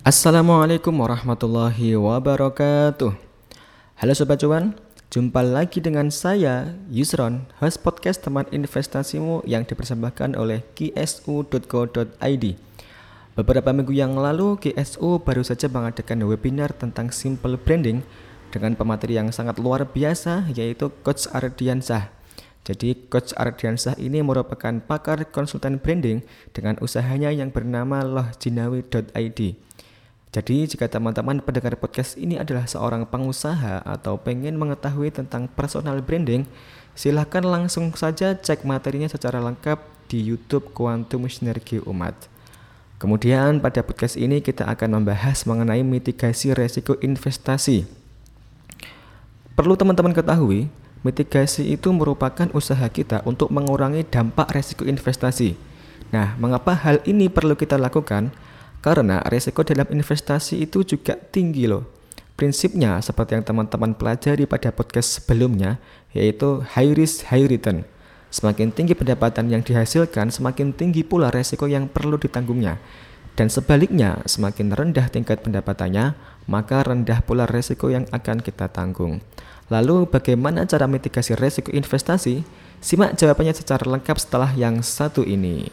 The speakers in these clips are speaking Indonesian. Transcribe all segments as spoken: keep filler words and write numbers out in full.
Assalamualaikum warahmatullahi wabarakatuh. Halo Sobat Cuan, jumpa lagi dengan saya Yusron, host podcast teman investasimu yang dipersembahkan oleh G S U dot co dot I D. Beberapa minggu yang lalu G S U baru saja mengadakan webinar tentang simple branding dengan pemateri yang sangat luar biasa, yaitu Coach Ardiansyah. Jadi Coach Ardiansyah ini merupakan pakar konsultan branding dengan usahanya yang bernama lohjinawi dot I D. Jadi jika teman-teman pendengar podcast ini adalah seorang pengusaha atau pengen mengetahui tentang personal branding, silahkan langsung saja cek materinya secara lengkap di YouTube Quantum Sinergi Umat. Kemudian pada podcast ini kita akan membahas mengenai mitigasi resiko investasi. Perlu teman-teman ketahui, mitigasi itu merupakan usaha kita untuk mengurangi dampak resiko investasi. Nah, mengapa hal ini perlu kita lakukan? Karena resiko dalam investasi itu juga tinggi loh. Prinsipnya seperti yang teman-teman pelajari pada podcast sebelumnya, yaitu high risk high return. Semakin tinggi pendapatan yang dihasilkan, semakin tinggi pula resiko yang perlu ditanggungnya. Dan sebaliknya, semakin rendah tingkat pendapatannya, maka rendah pula resiko yang akan kita tanggung. Lalu bagaimana cara mitigasi resiko investasi? Simak jawabannya secara lengkap setelah yang satu ini.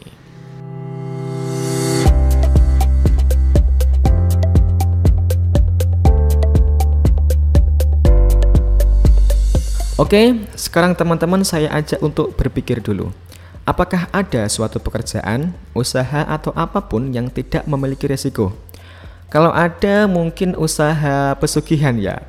Oke, sekarang teman-teman saya ajak untuk berpikir dulu. Apakah ada suatu pekerjaan, usaha atau apapun yang tidak memiliki resiko? Kalau ada, mungkin usaha pesugihan ya.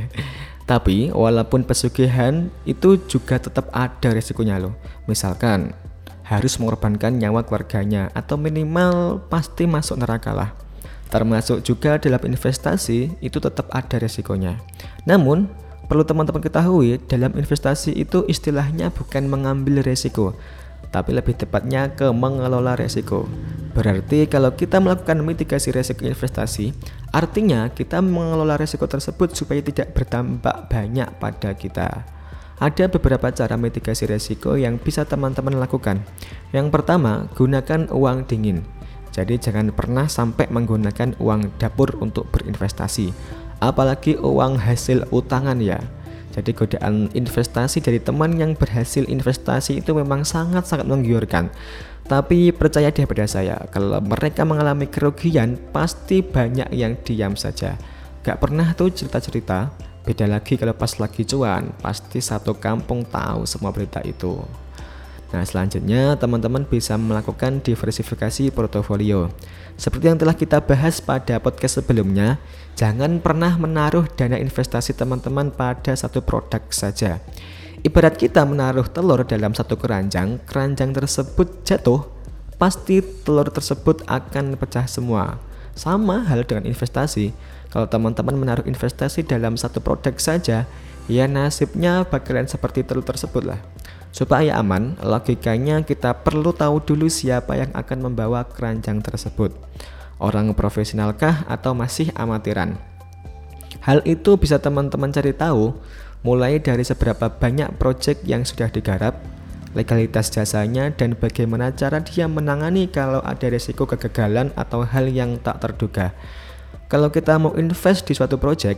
Tapi walaupun pesugihan itu juga tetap ada resikonya loh. Misalkan harus mengorbankan nyawa keluarganya atau minimal pasti masuk neraka lah. Termasuk juga dalam investasi itu tetap ada resikonya. Namun perlu teman-teman ketahui, dalam investasi itu istilahnya bukan mengambil resiko, tapi lebih tepatnya ke mengelola resiko. Berarti kalau kita melakukan mitigasi resiko investasi, artinya kita mengelola resiko tersebut supaya tidak berdampak banyak pada kita. Ada beberapa cara mitigasi resiko yang bisa teman-teman lakukan. Yang pertama, gunakan uang dingin. Jadi jangan pernah sampai menggunakan uang dapur untuk berinvestasi, apalagi uang hasil utangan ya. Jadi godaan investasi dari teman yang berhasil investasi itu memang sangat-sangat menggiurkan. Tapi percaya deh pada saya, kalau mereka mengalami kerugian pasti banyak yang diam saja, gak pernah tuh cerita-cerita. Beda lagi kalau pas lagi cuan, pasti satu kampung tahu semua berita itu. Nah, selanjutnya teman-teman bisa melakukan diversifikasi portofolio. Seperti yang telah kita bahas pada podcast sebelumnya, jangan pernah menaruh dana investasi teman-teman pada satu produk saja. Ibarat kita menaruh telur dalam satu keranjang, keranjang tersebut jatuh, pasti telur tersebut akan pecah semua. Sama hal dengan investasi. Kalau teman-teman menaruh investasi dalam satu produk saja, ya nasibnya bakalan seperti telur tersebut lah. Supaya aman, logikanya kita perlu tahu dulu siapa yang akan membawa keranjang tersebut. Orang profesionalkah atau masih amatiran? Hal itu bisa teman-teman cari tahu mulai dari seberapa banyak proyek yang sudah digarap, legalitas jasanya, dan bagaimana cara dia menangani kalau ada risiko kegagalan atau hal yang tak terduga. Kalau kita mau invest di suatu proyek,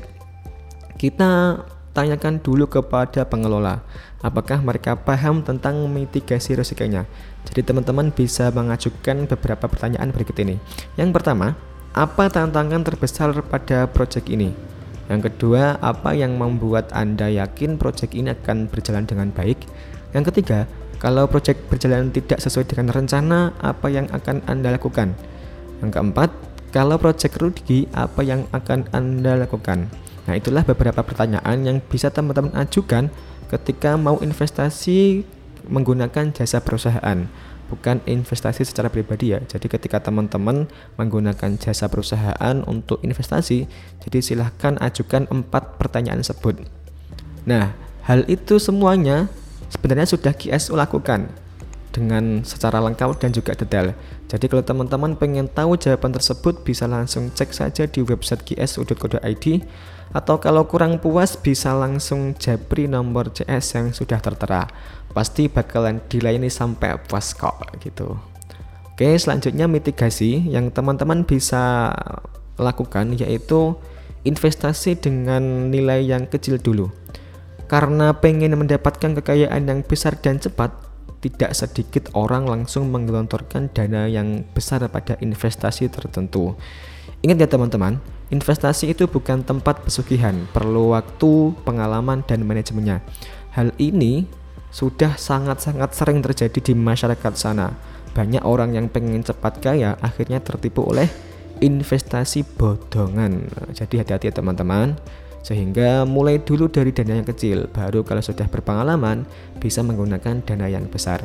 kita tanyakan dulu kepada pengelola, apakah mereka paham tentang mitigasi risikonya. Jadi teman-teman bisa mengajukan beberapa pertanyaan berikut ini. Yang pertama, apa tantangan terbesar pada proyek ini? Yang kedua, apa yang membuat Anda yakin proyek ini akan berjalan dengan baik? Yang ketiga, kalau proyek berjalan tidak sesuai dengan rencana, apa yang akan Anda lakukan? Yang keempat, kalau proyek rugi, apa yang akan Anda lakukan? Nah, itulah beberapa pertanyaan yang bisa teman-teman ajukan ketika mau investasi menggunakan jasa perusahaan, bukan investasi secara pribadi ya. Jadi ketika teman-teman menggunakan jasa perusahaan untuk investasi, jadi silahkan ajukan empat pertanyaan tersebut. Nah, hal itu semuanya sebenarnya sudah G S U lakukan dengan secara lengkap dan juga detail. Jadi kalau teman-teman pengen tahu jawaban tersebut, bisa langsung cek saja di website g s u dot co dot i d, atau kalau kurang puas bisa langsung japri nomor C S yang sudah tertera. Pasti bakalan dilayani sampai puas kok gitu. Oke, selanjutnya mitigasi yang teman-teman bisa lakukan, yaitu investasi dengan nilai yang kecil dulu. Karena pengen mendapatkan kekayaan yang besar dan cepat, tidak sedikit orang langsung menggelontorkan dana yang besar pada investasi tertentu. Ingat ya teman-teman, investasi itu bukan tempat pesugihan, perlu waktu, pengalaman, dan manajemennya. Hal ini sudah sangat-sangat sering terjadi di masyarakat sana. Banyak orang yang pengen cepat kaya akhirnya tertipu oleh investasi bodongan. Jadi hati-hati ya teman-teman. Sehingga mulai dulu dari dana yang kecil, baru kalau sudah berpengalaman bisa menggunakan dana yang besar.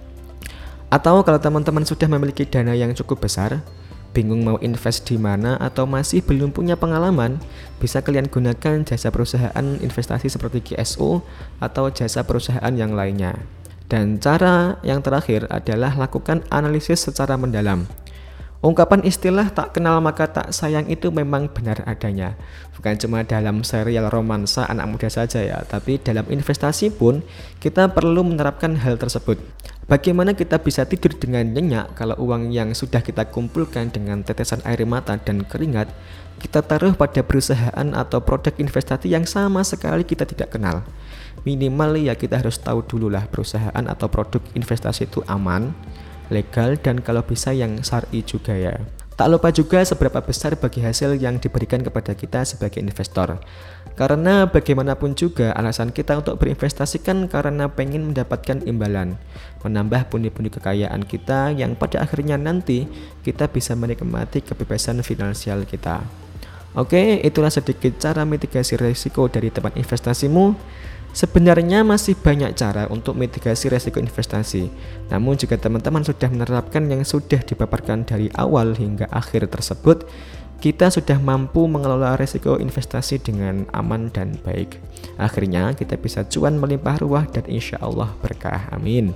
Atau kalau teman-teman sudah memiliki dana yang cukup besar, bingung mau invest di mana atau masih belum punya pengalaman, bisa kalian gunakan jasa perusahaan investasi seperti G S O atau jasa perusahaan yang lainnya. Dan cara yang terakhir adalah lakukan analisis secara mendalam. Ungkapan istilah tak kenal maka tak sayang itu memang benar adanya. Bukan cuma dalam serial romansa anak muda saja ya, tapi dalam investasi pun kita perlu menerapkan hal tersebut. Bagaimana kita bisa tidur dengan nyenyak kalau uang yang sudah kita kumpulkan dengan tetesan air mata dan keringat kita taruh pada perusahaan atau produk investasi yang sama sekali kita tidak kenal. Minimal ya kita harus tahu dulu lah perusahaan atau produk investasi itu aman, legal, dan kalau bisa yang syar'i juga ya. Tak lupa juga seberapa besar bagi hasil yang diberikan kepada kita sebagai investor. Karena bagaimanapun juga alasan kita untuk berinvestasi kan karena pengen mendapatkan imbalan, menambah pundi-pundi kekayaan kita yang pada akhirnya nanti kita bisa menikmati kebebasan finansial kita. Oke, itulah sedikit cara mitigasi risiko dari tempat investasimu. Sebenarnya masih banyak cara untuk mitigasi resiko investasi. Namun jika teman-teman sudah menerapkan yang sudah dipaparkan dari awal hingga akhir tersebut, kita sudah mampu mengelola resiko investasi dengan aman dan baik. Akhirnya kita bisa cuan melimpah ruah dan insya Allah berkah. Amin.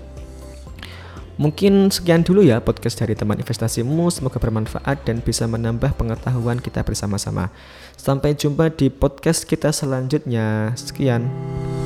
Mungkin sekian dulu ya podcast dari teman investasimu, semoga bermanfaat dan bisa menambah pengetahuan kita bersama-sama. Sampai jumpa di podcast kita selanjutnya. Sekian.